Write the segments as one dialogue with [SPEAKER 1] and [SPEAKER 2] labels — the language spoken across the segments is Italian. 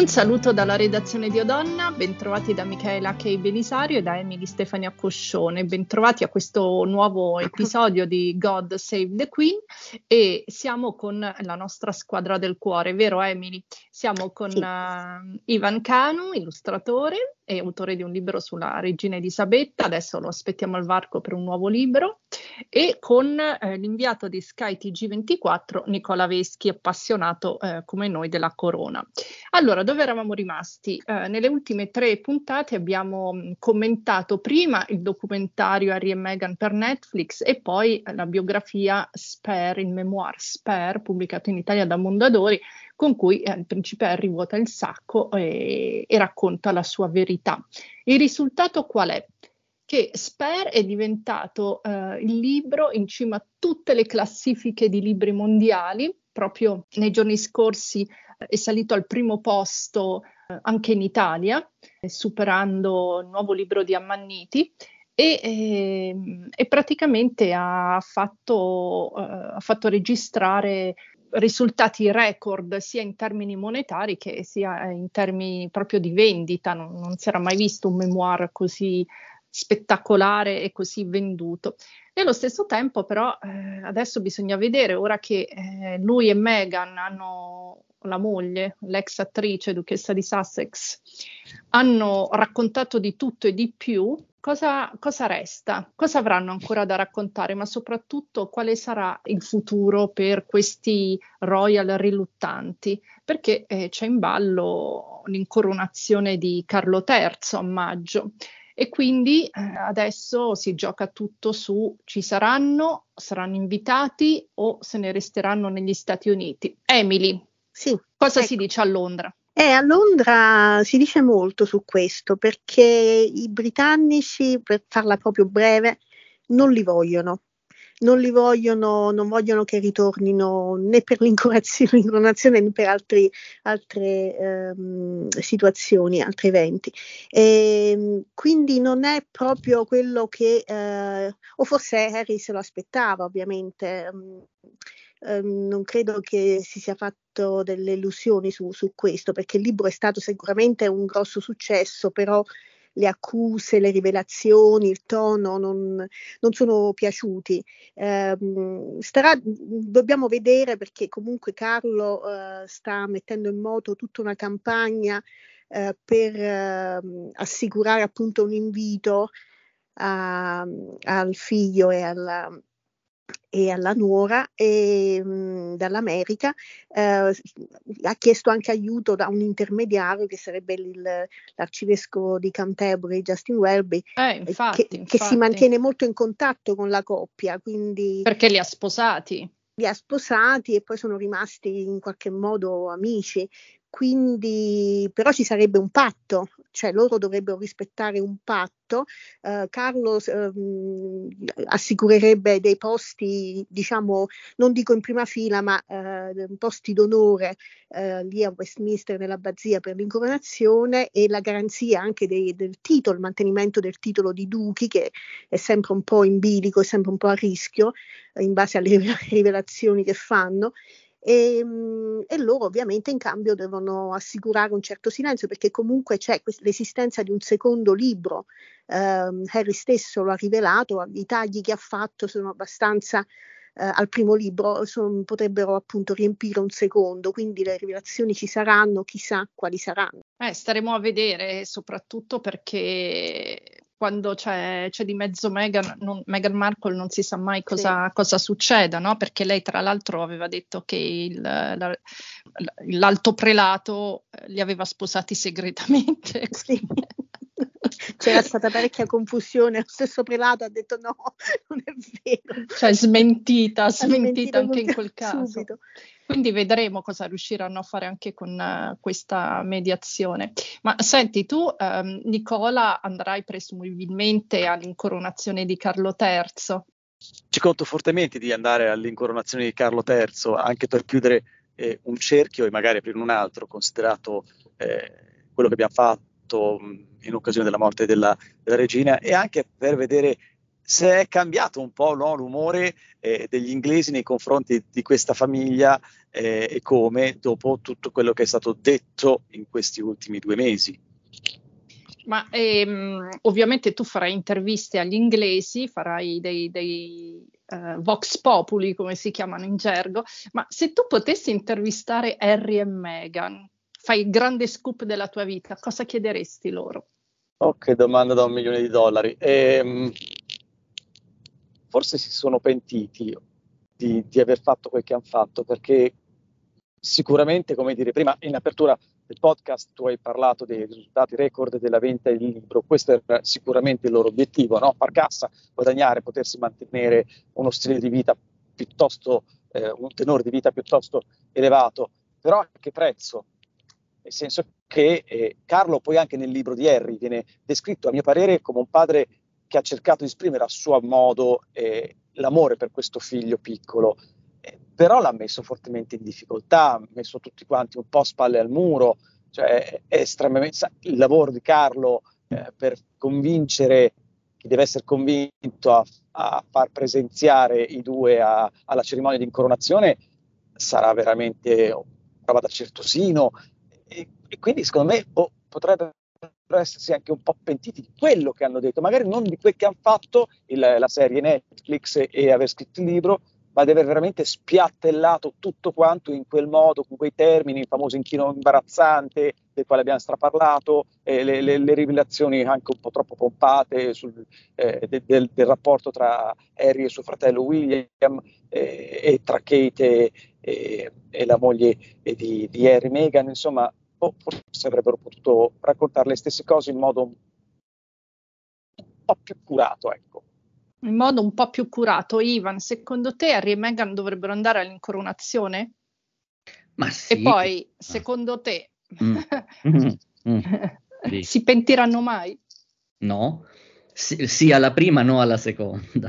[SPEAKER 1] Un saluto dalla redazione di Odonna, bentrovati da Michaela K. Belisario e da Emily Stefania Coscione, bentrovati a questo nuovo episodio di God Save the Queen e siamo con la nostra squadra del cuore, vero Emily? Siamo con
[SPEAKER 2] Sì.
[SPEAKER 1] Ivan Canu, illustratore e autore di un libro sulla regina Elisabetta, adesso lo aspettiamo al varco per un nuovo libro, e con l'inviato di Sky TG24 Nicola Veschi, appassionato come noi della corona. Allora, dove eravamo rimasti? Nelle ultime 3 puntate abbiamo commentato prima il documentario Harry e Meghan per Netflix e poi la biografia Spare, il memoir Spare, pubblicato in Italia da Mondadori, con cui il principe Harry vuota il sacco e racconta la sua verità. Il risultato qual è? Che Spare è diventato il libro in cima a tutte le classifiche di libri mondiali. Proprio nei giorni scorsi è salito al primo posto anche in Italia, superando il nuovo libro di Ammanniti. E praticamente ha fatto registrare risultati record sia in termini monetari che sia in termini proprio di vendita. Non si era mai visto un memoir così spettacolare e così venduto. Nello stesso tempo però adesso bisogna vedere, ora che lui e Meghan hanno, la moglie, l'ex attrice, duchessa di Sussex, hanno raccontato di tutto e di più. Cosa resta? Cosa avranno ancora da raccontare? Ma soprattutto quale sarà il futuro per questi royal riluttanti? Perché c'è in ballo l'incoronazione di Carlo III a maggio. E quindi adesso si gioca tutto su saranno invitati o se ne resteranno negli Stati Uniti. Emily,
[SPEAKER 2] Sì,
[SPEAKER 1] cosa
[SPEAKER 2] ecco.
[SPEAKER 1] si dice a Londra?
[SPEAKER 2] A Londra si dice molto su questo perché i britannici, per farla proprio breve, non li vogliono. Non vogliono che ritornino né per l'incoronazione né per altre situazioni, altri eventi. Quindi non è proprio quello che, o forse Harry se lo aspettava ovviamente. Non credo che si sia fatto delle illusioni su questo, perché il libro è stato sicuramente un grosso successo, però le accuse, le rivelazioni, il tono non sono piaciuti. Dobbiamo vedere, perché comunque Carlo sta mettendo in moto tutta una campagna per assicurare appunto un invito al figlio e alla nuora dall'America. Ha chiesto anche aiuto da un intermediario che sarebbe l'arcivescovo di Canterbury, Justin Welby, che si mantiene molto in contatto con la coppia, quindi
[SPEAKER 1] perché li ha sposati
[SPEAKER 2] e poi sono rimasti in qualche modo amici. Quindi però ci sarebbe un patto, cioè loro dovrebbero rispettare un patto. Carlo assicurerebbe dei posti, diciamo, non dico in prima fila, ma posti d'onore lì a Westminster nell'abbazia per l'incoronazione, e la garanzia anche del titolo, il mantenimento del titolo di duchi, che è sempre un po' in bilico, è sempre un po' a rischio in base alle rivelazioni che fanno. E loro ovviamente in cambio devono assicurare un certo silenzio, perché comunque c'è l'esistenza di un secondo libro. Harry stesso lo ha rivelato, i tagli che ha fatto sono abbastanza al primo libro, potrebbero appunto riempire un secondo, quindi le rivelazioni ci saranno, chissà quali saranno.
[SPEAKER 1] Staremo a vedere, soprattutto perché quando c'è di mezzo Meghan Markle non si sa mai cosa succeda, no? Perché lei tra l'altro aveva detto che l'alto prelato li aveva sposati segretamente.
[SPEAKER 2] Sì. C'era stata parecchia confusione, lo stesso prelato ha detto no, non è vero.
[SPEAKER 1] Cioè smentita anche in quel caso.
[SPEAKER 2] Subito.
[SPEAKER 1] Quindi vedremo cosa riusciranno a fare anche con questa mediazione. Ma senti, tu Nicola andrai presumibilmente all'incoronazione di Carlo III?
[SPEAKER 3] Ci conto fortemente di andare all'incoronazione di Carlo III, anche per chiudere un cerchio e magari aprire un altro, considerato quello che abbiamo fatto in occasione della morte della regina, e anche per vedere se è cambiato un po', no, l'umore degli inglesi nei confronti di questa famiglia e come dopo tutto quello che è stato detto in questi ultimi 2 mesi.
[SPEAKER 1] Ma ovviamente tu farai interviste agli inglesi, farai dei Vox Populi, come si chiamano in gergo, ma se tu potessi intervistare Harry e Meghan, fai il grande scoop della tua vita, cosa chiederesti loro?
[SPEAKER 3] Oh, che domanda da $1 milione. Forse si sono pentiti di aver fatto quel che hanno fatto, perché sicuramente, come dire, prima in apertura del podcast tu hai parlato dei risultati record della vendita del libro, questo era sicuramente il loro obiettivo, no? Far cassa, guadagnare, potersi mantenere uno stile di vita piuttosto, un tenore di vita piuttosto elevato, però a che prezzo? Nel senso che Carlo poi anche nel libro di Harry viene descritto, a mio parere, come un padre che ha cercato di esprimere a suo modo l'amore per questo figlio piccolo, però l'ha messo fortemente in difficoltà, ha messo tutti quanti un po' spalle al muro, cioè è estremamente il lavoro di Carlo per convincere chi deve essere convinto a far presenziare i due alla cerimonia di incoronazione sarà veramente prova da certosino, e quindi secondo me potrebbero essersi anche un po' pentiti di quello che hanno detto, magari non di quel che hanno fatto la serie Netflix e aver scritto il libro, ma di aver veramente spiattellato tutto quanto in quel modo, con quei termini, il famoso inchino imbarazzante del quale abbiamo straparlato, le rivelazioni anche un po' troppo pompate del rapporto tra Harry e suo fratello William, e tra Kate e la moglie di Harry, Meghan, insomma, forse avrebbero potuto raccontare le stesse cose in modo un po' più curato, ecco.
[SPEAKER 1] In modo un po' più curato. Ivan, secondo te Harry e Meghan dovrebbero andare all'incoronazione?
[SPEAKER 4] Ma sì.
[SPEAKER 1] E poi, secondo te,
[SPEAKER 4] Sì.
[SPEAKER 1] si pentiranno mai?
[SPEAKER 4] No, sì alla prima, no alla seconda.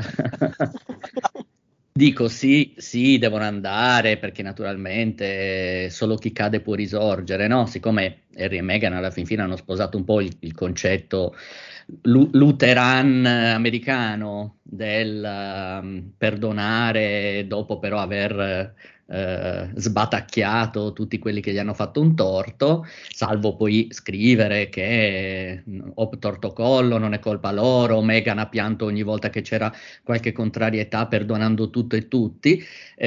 [SPEAKER 4] Dico sì, devono andare perché naturalmente solo chi cade può risorgere, no? Siccome Harry e Meghan alla fin fine hanno sposato un po' il concetto lutheran americano del perdonare dopo però aver sbatacchiato tutti quelli che gli hanno fatto un torto, salvo poi scrivere che ho torto collo, non è colpa loro, Meghan ha pianto ogni volta che c'era qualche contrarietà perdonando tutto e tutti.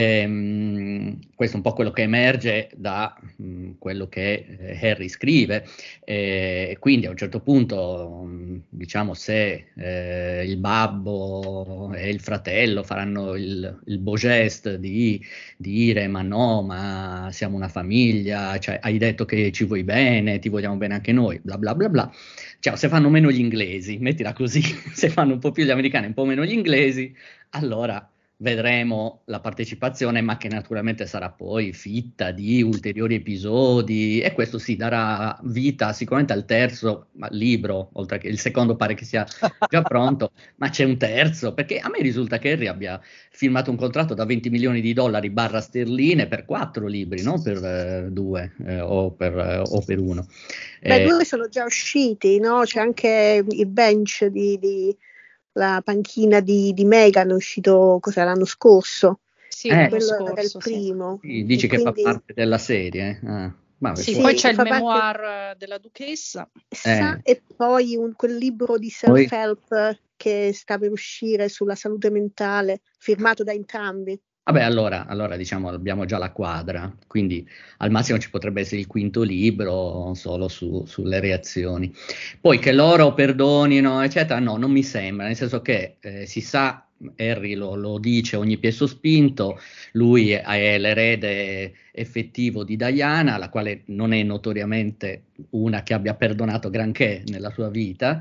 [SPEAKER 4] Questo è un po' quello che emerge da quello che Harry scrive, quindi a un certo punto diciamo se il babbo e il fratello faranno il beau geste di dire ma no, ma siamo una famiglia, cioè, hai detto che ci vuoi bene, ti vogliamo bene anche noi, bla bla bla bla. Cioè, se fanno meno gli inglesi, mettila così, se fanno un po' più gli americani, un po' meno gli inglesi, allora vedremo la partecipazione, ma che naturalmente sarà poi fitta di ulteriori episodi, e questo sì darà vita sicuramente al terzo libro, oltre che il secondo pare che sia già pronto, ma c'è un terzo, perché a me risulta che Harry abbia firmato un contratto da $20 milioni barra sterline per 4 libri, non per 2 o per 1.
[SPEAKER 2] Beh, 2 sono già usciti, no? C'è anche il bench la panchina di Meghan, è uscito l'anno scorso.
[SPEAKER 1] Sì, l'anno
[SPEAKER 2] quello
[SPEAKER 1] scorso,
[SPEAKER 2] era il primo.
[SPEAKER 4] Sì, dici che
[SPEAKER 2] quindi
[SPEAKER 4] fa parte della serie.
[SPEAKER 1] Sì, poi c'è il memoir della duchessa.
[SPEAKER 2] E poi quel libro di self-help che sta per uscire sulla salute mentale, firmato da entrambi.
[SPEAKER 4] Vabbè, allora diciamo abbiamo già la quadra, quindi al massimo ci potrebbe essere il quinto libro solo sulle reazioni. Poi che loro perdonino, eccetera, no, non mi sembra, nel senso che si sa, Harry lo dice ogni piè sospinto, lui è l'erede effettivo di Diana, la quale non è notoriamente una che abbia perdonato granché nella sua vita,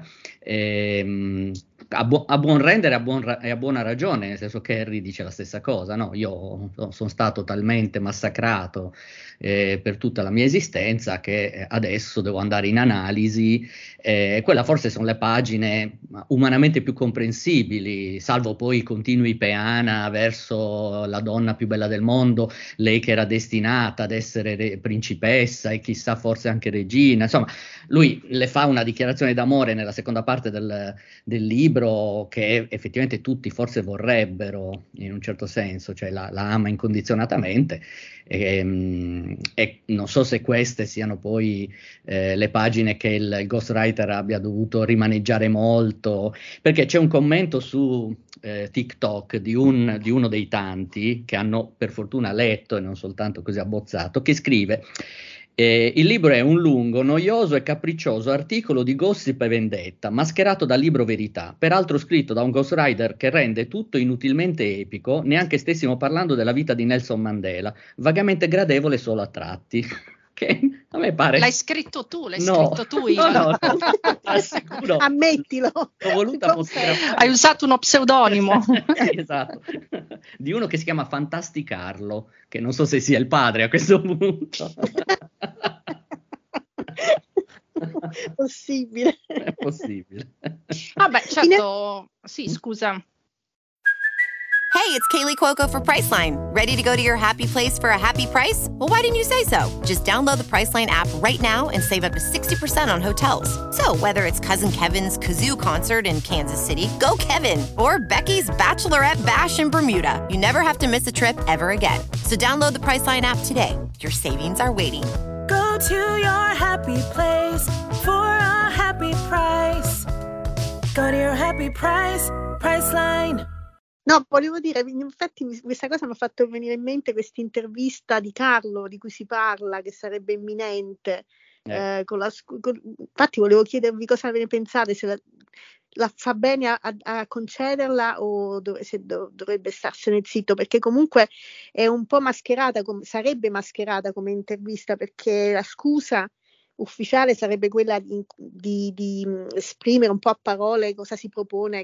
[SPEAKER 4] a buon rendere e a buona ragione, nel senso che Harry dice la stessa cosa, no? Io sono stato talmente massacrato per tutta la mia esistenza che adesso devo andare in analisi, quella forse sono le pagine umanamente più comprensibili, salvo poi i continui peana verso la donna più bella del mondo, lei che era destinata ad essere principessa e chissà forse anche regina, insomma lui le fa una dichiarazione d'amore nella seconda parte del libro libro che effettivamente tutti forse vorrebbero, in un certo senso, cioè la ama incondizionatamente, e non so se queste siano poi le pagine che il ghostwriter abbia dovuto rimaneggiare molto, perché c'è un commento su TikTok di uno dei tanti che hanno per fortuna letto e non soltanto così abbozzato, che scrive: il libro è un lungo, noioso e capriccioso articolo di gossip e vendetta, mascherato da libro verità, peraltro scritto da un ghostwriter che rende tutto inutilmente epico, neanche stessimo parlando della vita di Nelson Mandela, vagamente gradevole solo a tratti. Che a me pare...
[SPEAKER 1] L'hai scritto tu,
[SPEAKER 4] No,
[SPEAKER 1] Iva.
[SPEAKER 4] no, ti assicuro.
[SPEAKER 2] Ammettilo.
[SPEAKER 4] L'ho voluta fotografare.
[SPEAKER 1] Hai usato uno pseudonimo.
[SPEAKER 4] Sì, esatto, di uno che si chiama Fantasticarlo, che non so se sia il padre a questo punto.
[SPEAKER 2] Possibile.
[SPEAKER 4] È possibile.
[SPEAKER 1] Vabbè, certo, sì, scusa.
[SPEAKER 5] Hey, it's Kaylee Cuoco for Priceline. Ready to go to your happy place for a happy price? Well, why didn't you say so? Just download the Priceline app right now and save up to 60% on hotels. So whether it's Cousin Kevin's Kazoo Concert in Kansas City, go Kevin, or Becky's Bachelorette Bash in Bermuda, you never have to miss a trip ever again. So download the Priceline app today. Your savings are waiting.
[SPEAKER 6] Go to your happy place for a happy price. Go to your happy price, Priceline.
[SPEAKER 2] No, volevo dire, in effetti questa cosa mi ha fatto venire in mente questa intervista di Carlo di cui si parla, che sarebbe imminente. Infatti volevo chiedervi cosa ne pensate, se la fa bene a concederla o se dovrebbe starsene zitto, perché comunque è un po' mascherata, sarebbe mascherata come intervista, perché la scusa ufficiale sarebbe quella di esprimere un po' a parole cosa si propone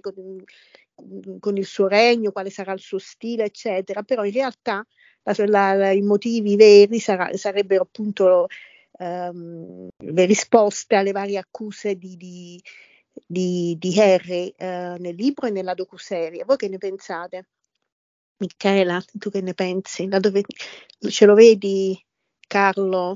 [SPEAKER 2] con il suo regno, quale sarà il suo stile, eccetera, però in realtà i motivi veri sarebbero appunto le risposte alle varie accuse di Harry nel libro e nella docuserie. Voi che ne pensate? Michela, tu che ne pensi? Da dove ce lo vedi, Carlo,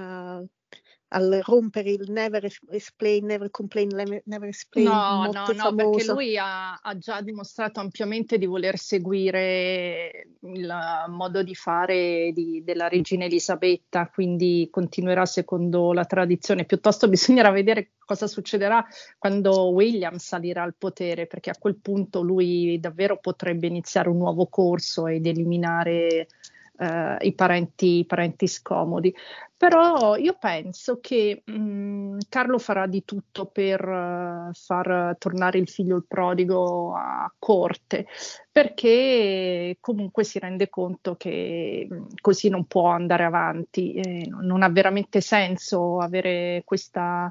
[SPEAKER 2] al rompere il never explain, never complain, never explain?
[SPEAKER 1] No,
[SPEAKER 2] famoso.
[SPEAKER 1] Perché lui ha già dimostrato ampiamente di voler seguire il modo di fare della regina Elisabetta, quindi continuerà secondo la tradizione. Piuttosto bisognerà vedere cosa succederà quando William salirà al potere, perché a quel punto lui davvero potrebbe iniziare un nuovo corso ed eliminare i parenti scomodi. Però io penso che Carlo farà di tutto per far tornare il figlio il prodigo a corte, perché comunque si rende conto che così non può andare avanti, non ha veramente senso avere questa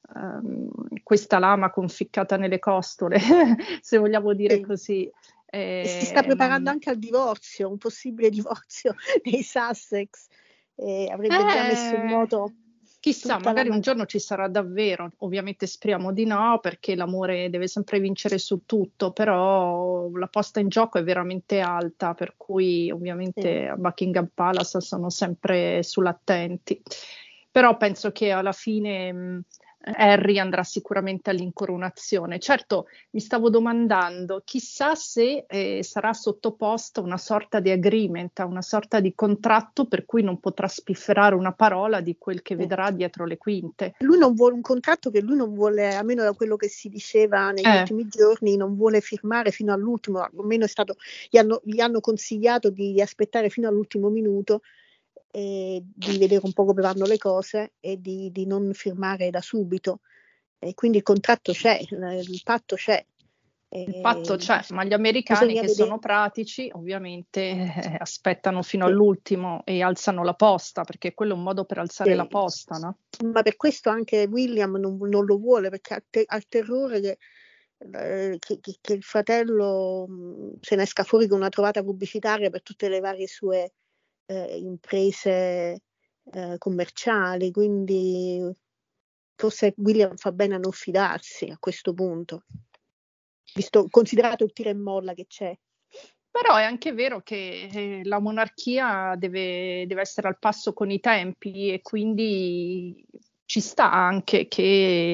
[SPEAKER 1] lama conficcata nelle costole, se vogliamo dire così.
[SPEAKER 2] Si sta preparando anche al divorzio, un possibile divorzio dei Sussex, avrebbe già messo in moto.
[SPEAKER 1] Chissà, magari un giorno ci sarà davvero, ovviamente speriamo di no, perché l'amore deve sempre vincere su tutto, però la posta in gioco è veramente alta, per cui ovviamente a Buckingham Palace sono sempre sull'attenti. Però penso che alla fine Harry andrà sicuramente all'incoronazione. Certo, mi stavo domandando, chissà se sarà sottoposto a una sorta di agreement, a una sorta di contratto per cui non potrà spifferare una parola di quel che vedrà dietro le quinte.
[SPEAKER 2] Lui non vuole un contratto che lui non vuole, almeno da quello che si diceva negli ultimi giorni, non vuole firmare fino all'ultimo, almeno gli hanno consigliato di aspettare fino all'ultimo minuto, e di vedere un po' come vanno le cose e di non firmare da subito, e quindi il contratto c'è, il patto c'è.
[SPEAKER 1] Il patto c'è, ma gli americani che sono pratici ovviamente aspettano fino all'ultimo e alzano la posta, perché quello è un modo per alzare la posta, no?
[SPEAKER 2] Ma per questo anche William non lo vuole, perché ha il terrore che il fratello se ne esca fuori con una trovata pubblicitaria per tutte le varie sue imprese commerciali, quindi forse William fa bene a non fidarsi a questo punto, considerato il tira e molla che c'è.
[SPEAKER 1] Però è anche vero che la monarchia deve essere al passo con i tempi, e quindi ci sta anche che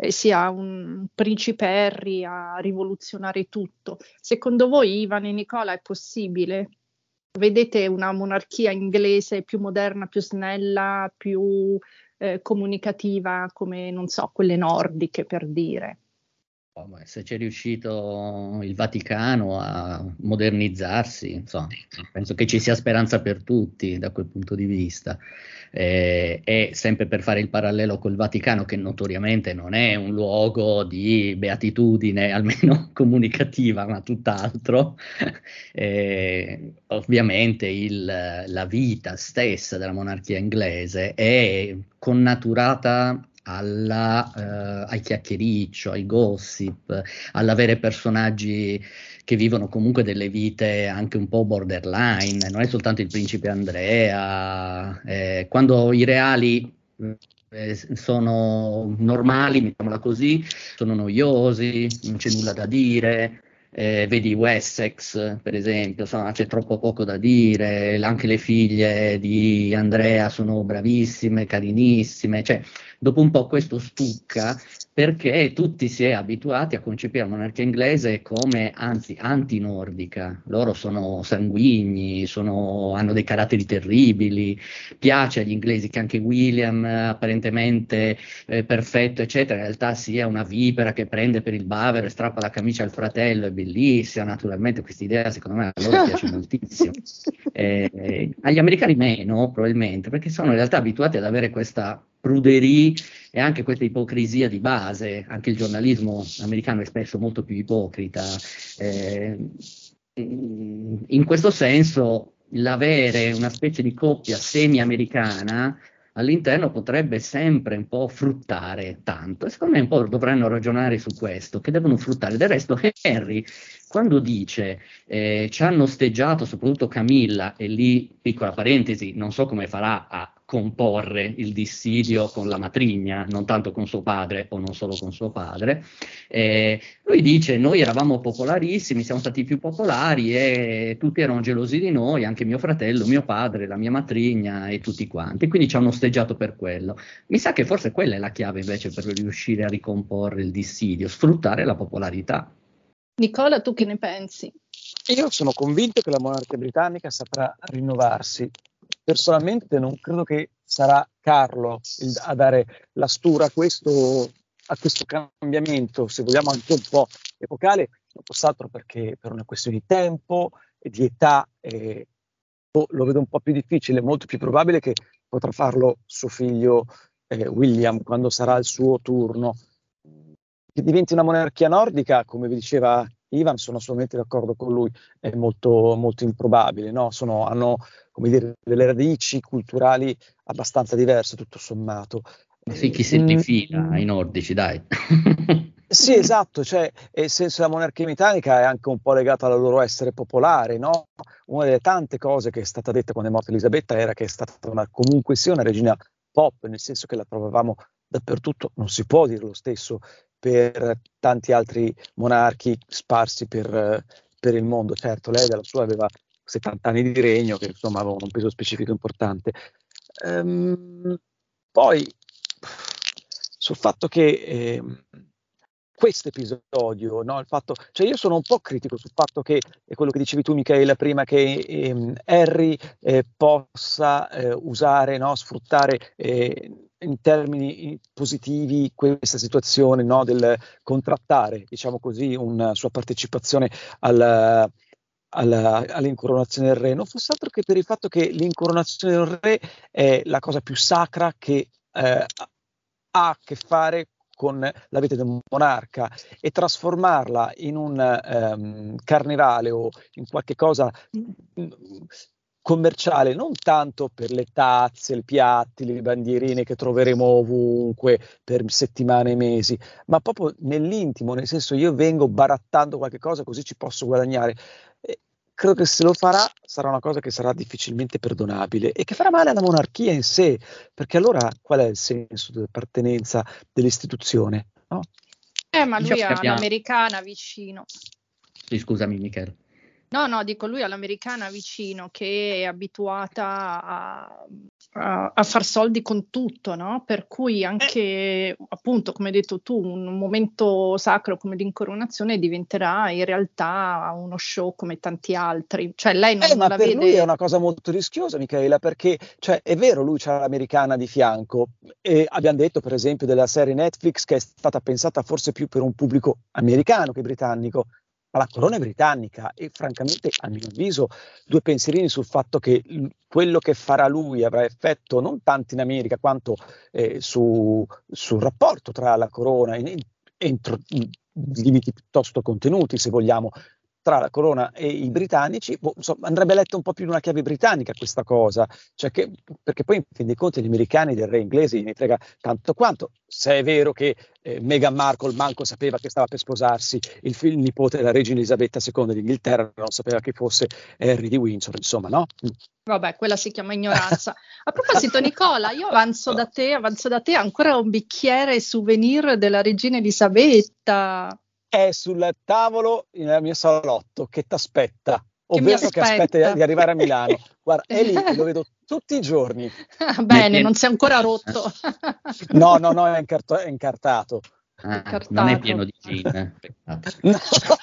[SPEAKER 1] sia un principe Harry a rivoluzionare tutto. Secondo voi, Ivan e Nicola, è possibile? Vedete una monarchia inglese più moderna, più snella, più comunicativa, come, non so, quelle nordiche, per dire?
[SPEAKER 4] Se c'è riuscito il Vaticano a modernizzarsi, insomma, penso che ci sia speranza per tutti da quel punto di vista. E sempre per fare il parallelo col Vaticano, che notoriamente non è un luogo di beatitudine, almeno comunicativa, ma tutt'altro, ovviamente la vita stessa della monarchia inglese è connaturata ai chiacchiericcio, ai gossip, all'avere personaggi che vivono comunque delle vite anche un po' borderline, non è soltanto il principe Andrea, quando i reali sono normali, mettiamola così, sono noiosi, non c'è nulla da dire. Vedi Wessex, per esempio, insomma, c'è troppo poco da dire, anche le figlie di Andrea sono bravissime, carinissime, cioè dopo un po' questo stucca, perché tutti si è abituati a concepire la monarchia inglese come, anzi, anti-nordica. Loro sono sanguigni, hanno dei caratteri terribili, piace agli inglesi che anche William, apparentemente perfetto, eccetera, in realtà sia una vipera che prende per il bavero e strappa la camicia al fratello, è bellissima, naturalmente questa idea secondo me a loro piace moltissimo. Agli americani meno, probabilmente, perché sono in realtà abituati ad avere questa pruderie e anche questa ipocrisia di base. Anche il giornalismo americano è spesso molto più ipocrita. In questo senso, l'avere una specie di coppia semi-americana all'interno potrebbe sempre un po' fruttare tanto, e secondo me un po' dovranno ragionare su questo, che devono fruttare. Del resto Harry, quando dice ci hanno osteggiato, soprattutto Camilla, e lì, piccola parentesi, non so come farà a comporre il dissidio con la matrigna, non tanto con suo padre o non solo con suo padre, lui dice noi eravamo popolarissimi, siamo stati più popolari e tutti erano gelosi di noi, anche mio fratello, mio padre, la mia matrigna e tutti quanti, quindi ci hanno osteggiato per quello. Mi sa che forse quella è la chiave invece per riuscire a ricomporre il dissidio, sfruttare la popolarità.
[SPEAKER 1] Nicola, tu che ne pensi?
[SPEAKER 3] Io sono convinto che la monarchia britannica saprà rinnovarsi. Personalmente non credo che sarà Carlo a dare la stura a questo cambiamento, se vogliamo anche un po' epocale, non fosse altro perché per una questione di tempo e di età lo vedo un po' più difficile, molto più probabile che potrà farlo suo figlio William quando sarà il suo turno. Che diventi una monarchia nordica, come vi diceva Ivan, sono assolutamente d'accordo con lui, è molto, molto improbabile, no? Hanno, come dire, delle radici culturali abbastanza diverse, tutto sommato.
[SPEAKER 4] Sì, chi se li fila ai nordici, dai.
[SPEAKER 3] Sì, esatto, cioè, il senso della monarchia britannica è anche un po' legato al loro essere popolare, no? Una delle tante cose che è stata detta quando è morta Elisabetta era che è stata comunque sia una regina pop, nel senso che la trovavamo dappertutto, non si può dire lo stesso per tanti altri monarchi sparsi per il mondo. Certo, lei dalla sua aveva 70 anni di regno, che insomma avevano un peso specifico importante. Poi, sul fatto che questo episodio, no, il fatto, cioè io sono un po' critico sul fatto che, è quello che dicevi tu Michaela prima, che Harry possa usare, no, sfruttare in termini positivi questa situazione, no, del contrattare, diciamo così, una sua partecipazione all'incoronazione del re, non fosse altro che per il fatto che l'incoronazione del re è la cosa più sacra che ha a che fare con la vita del monarca, e trasformarla in un carnevale o in qualche cosa commerciale, non tanto per le tazze, i piatti, le bandierine che troveremo ovunque per settimane e mesi, ma proprio nell'intimo, nel senso io vengo barattando qualche cosa così ci posso guadagnare. Credo che se lo farà sarà una cosa che sarà difficilmente perdonabile e che farà male alla monarchia in sé, perché allora qual è il senso dell'appartenenza dell'istituzione? No?
[SPEAKER 1] Ma lui ha un'americana vicino.
[SPEAKER 4] Sì, scusami Michele.
[SPEAKER 1] No, dico lui all'americana vicino che è abituata a far soldi con tutto, no? Per cui anche, appunto, come hai detto tu, un momento sacro come l'incoronazione diventerà in realtà uno show come tanti altri. Cioè lei non
[SPEAKER 3] Ma
[SPEAKER 1] la
[SPEAKER 3] per lui è
[SPEAKER 1] vede...
[SPEAKER 3] una cosa molto rischiosa, Michaela, perché cioè, è vero, lui c'ha l'americana di fianco e abbiamo detto per esempio della serie Netflix che è stata pensata forse più per un pubblico americano che britannico, ma la corona è britannica e francamente a mio avviso due pensierini sul fatto che quello che farà lui avrà effetto non tanto in America quanto sul rapporto tra la corona entro limiti piuttosto contenuti, se vogliamo, tra la corona e i britannici, insomma, andrebbe letta un po' più in una chiave britannica questa cosa, cioè perché poi in fin dei conti gli americani del re inglese ne frega tanto quanto, se è vero che Meghan Markle manco sapeva che stava per sposarsi il nipote della regina Elisabetta II d'Inghilterra, non sapeva che fosse Harry di Windsor, insomma, no?
[SPEAKER 1] Vabbè, quella si chiama ignoranza. A proposito, Nicola, io avanzo da te ancora un bicchiere souvenir della regina Elisabetta.
[SPEAKER 3] È sul tavolo nel mio salotto che ti aspetta,
[SPEAKER 1] Che mi
[SPEAKER 3] ovvero che aspetta di arrivare a Milano. Guarda, è lì, lo vedo tutti i giorni.
[SPEAKER 1] Bene, non si è ancora rotto.
[SPEAKER 3] No, è incartato.
[SPEAKER 4] Non è pieno di gin, peccato.
[SPEAKER 3] No.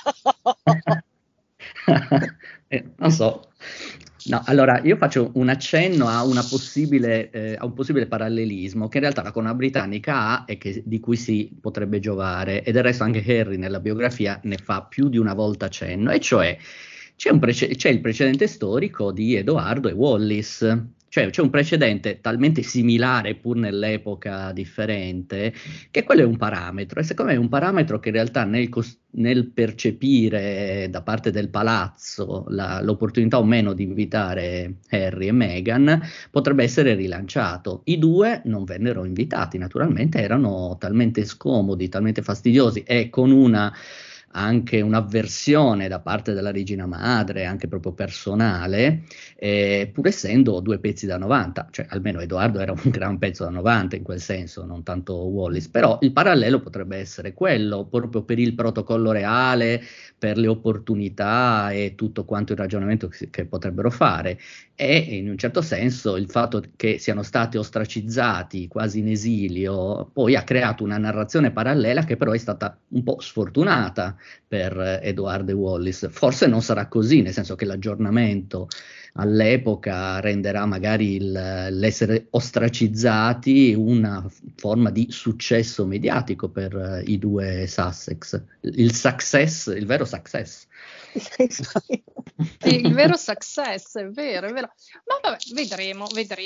[SPEAKER 4] Non so. No, allora io faccio un accenno a un possibile parallelismo che in realtà la corona britannica ha e di cui si potrebbe giovare, e del resto anche Harry nella biografia ne fa più di una volta cenno, e cioè c'è il precedente storico di Edoardo e Wallis. Cioè c'è un precedente talmente similare pur nell'epoca differente che quello è un parametro, e secondo me è un parametro che in realtà nel percepire da parte del palazzo l'opportunità o meno di invitare Harry e Meghan potrebbe essere rilanciato. I due non vennero invitati, naturalmente erano talmente scomodi, talmente fastidiosi e con anche un'avversione da parte della regina madre, anche proprio personale, pur essendo due pezzi da 90, cioè almeno Edoardo era un gran pezzo da 90 in quel senso, non tanto Wallis, però il parallelo potrebbe essere quello, proprio per il protocollo reale, per le opportunità e tutto quanto il ragionamento che potrebbero fare, e in un certo senso il fatto che siano stati ostracizzati quasi in esilio poi ha creato una narrazione parallela che però è stata un po' sfortunata per Edoardo e Wallis. Forse non sarà così, nel senso che l'aggiornamento all'epoca renderà magari l'essere ostracizzati una forma di successo mediatico per i due Sussex. Il vero success.
[SPEAKER 1] Sì, il vero success, è vero. Ma vabbè, vedremo.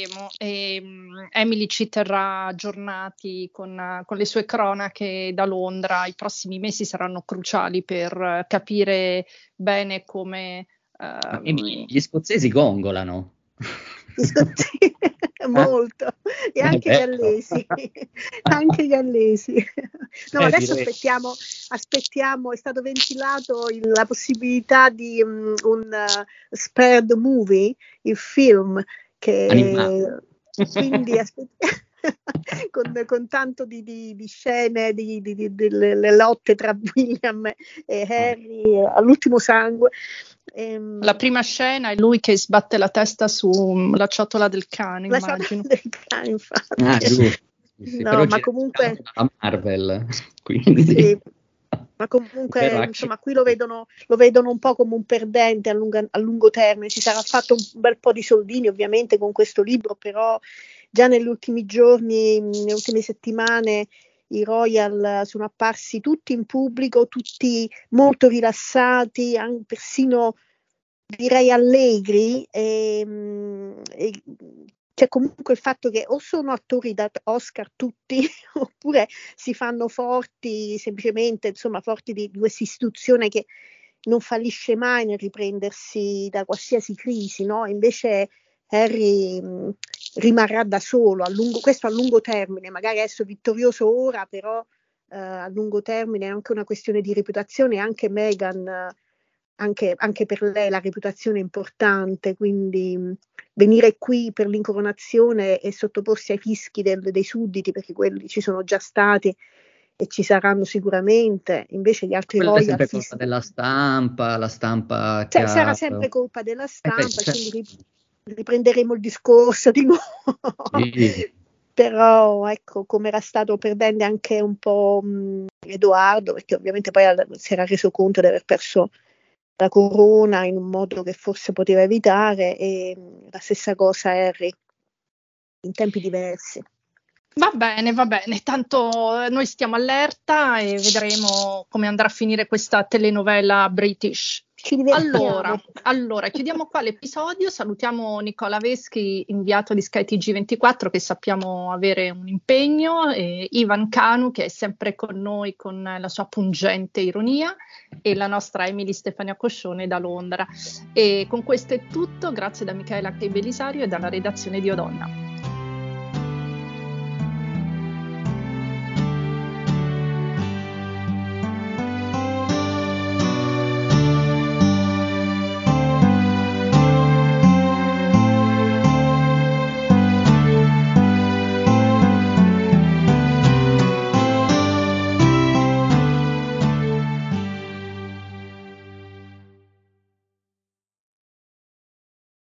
[SPEAKER 1] Emily ci terrà aggiornati con le sue cronache da Londra. I prossimi mesi saranno cruciali per capire bene come...
[SPEAKER 4] Gli scozzesi gongolano.
[SPEAKER 2] Molto, e anche i gallesi, anche i gallesi. No, adesso aspettiamo, è stato ventilato la possibilità di un spared movie, il film, che quindi con tanto di scene, delle lotte tra William e Harry all'ultimo sangue.
[SPEAKER 1] La prima scena è lui che sbatte la testa sulla ciotola del cane, immagino.
[SPEAKER 2] Del cane, infatti.
[SPEAKER 4] Sì,
[SPEAKER 2] no,
[SPEAKER 4] però
[SPEAKER 2] ma comunque
[SPEAKER 4] la Marvel, quindi
[SPEAKER 2] sì. Ma comunque insomma qui lo vedono un po' come un perdente a lungo termine. Si sarà fatto un bel po' di soldini ovviamente con questo libro, però già negli ultimi giorni, nelle ultime settimane, i Royal sono apparsi tutti in pubblico, tutti molto rilassati, persino direi allegri, e c'è comunque il fatto che o sono attori da Oscar tutti oppure si fanno forti semplicemente, insomma forti di questa istituzione che non fallisce mai nel riprendersi da qualsiasi crisi, no? Invece Harry rimarrà da solo, questo a lungo termine, magari adesso vittorioso ora, però a lungo termine è anche una questione di reputazione, anche Meghan, anche per lei la reputazione è importante, quindi venire qui per l'incoronazione e sottoporsi ai fischi dei sudditi, perché quelli ci sono già stati, e ci saranno sicuramente, invece gli altri
[SPEAKER 4] Quella è sempre
[SPEAKER 2] royalties.
[SPEAKER 4] colpa della stampa, la stampa che
[SPEAKER 2] Sarà sempre colpa della stampa, quindi riprenderemo il discorso di nuovo.
[SPEAKER 4] Sì.
[SPEAKER 2] Però ecco, come era stato perdendo anche un po' Edoardo, perché ovviamente poi si era reso conto di aver perso la corona in un modo che forse poteva evitare, e la stessa cosa Harry, in tempi diversi.
[SPEAKER 1] Va bene, tanto noi stiamo allerta e vedremo come andrà a finire questa telenovela British.
[SPEAKER 2] Ci divertiamo.
[SPEAKER 1] Allora, chiudiamo qua l'episodio, salutiamo Nicola Veschi, inviato di Sky TG24, che sappiamo avere un impegno, e Ivan Canu, che è sempre con noi con la sua pungente ironia, e la nostra Emily Stefania Coscione da Londra. E con questo è tutto, grazie da Michaela Belisario e dalla redazione di Odonna.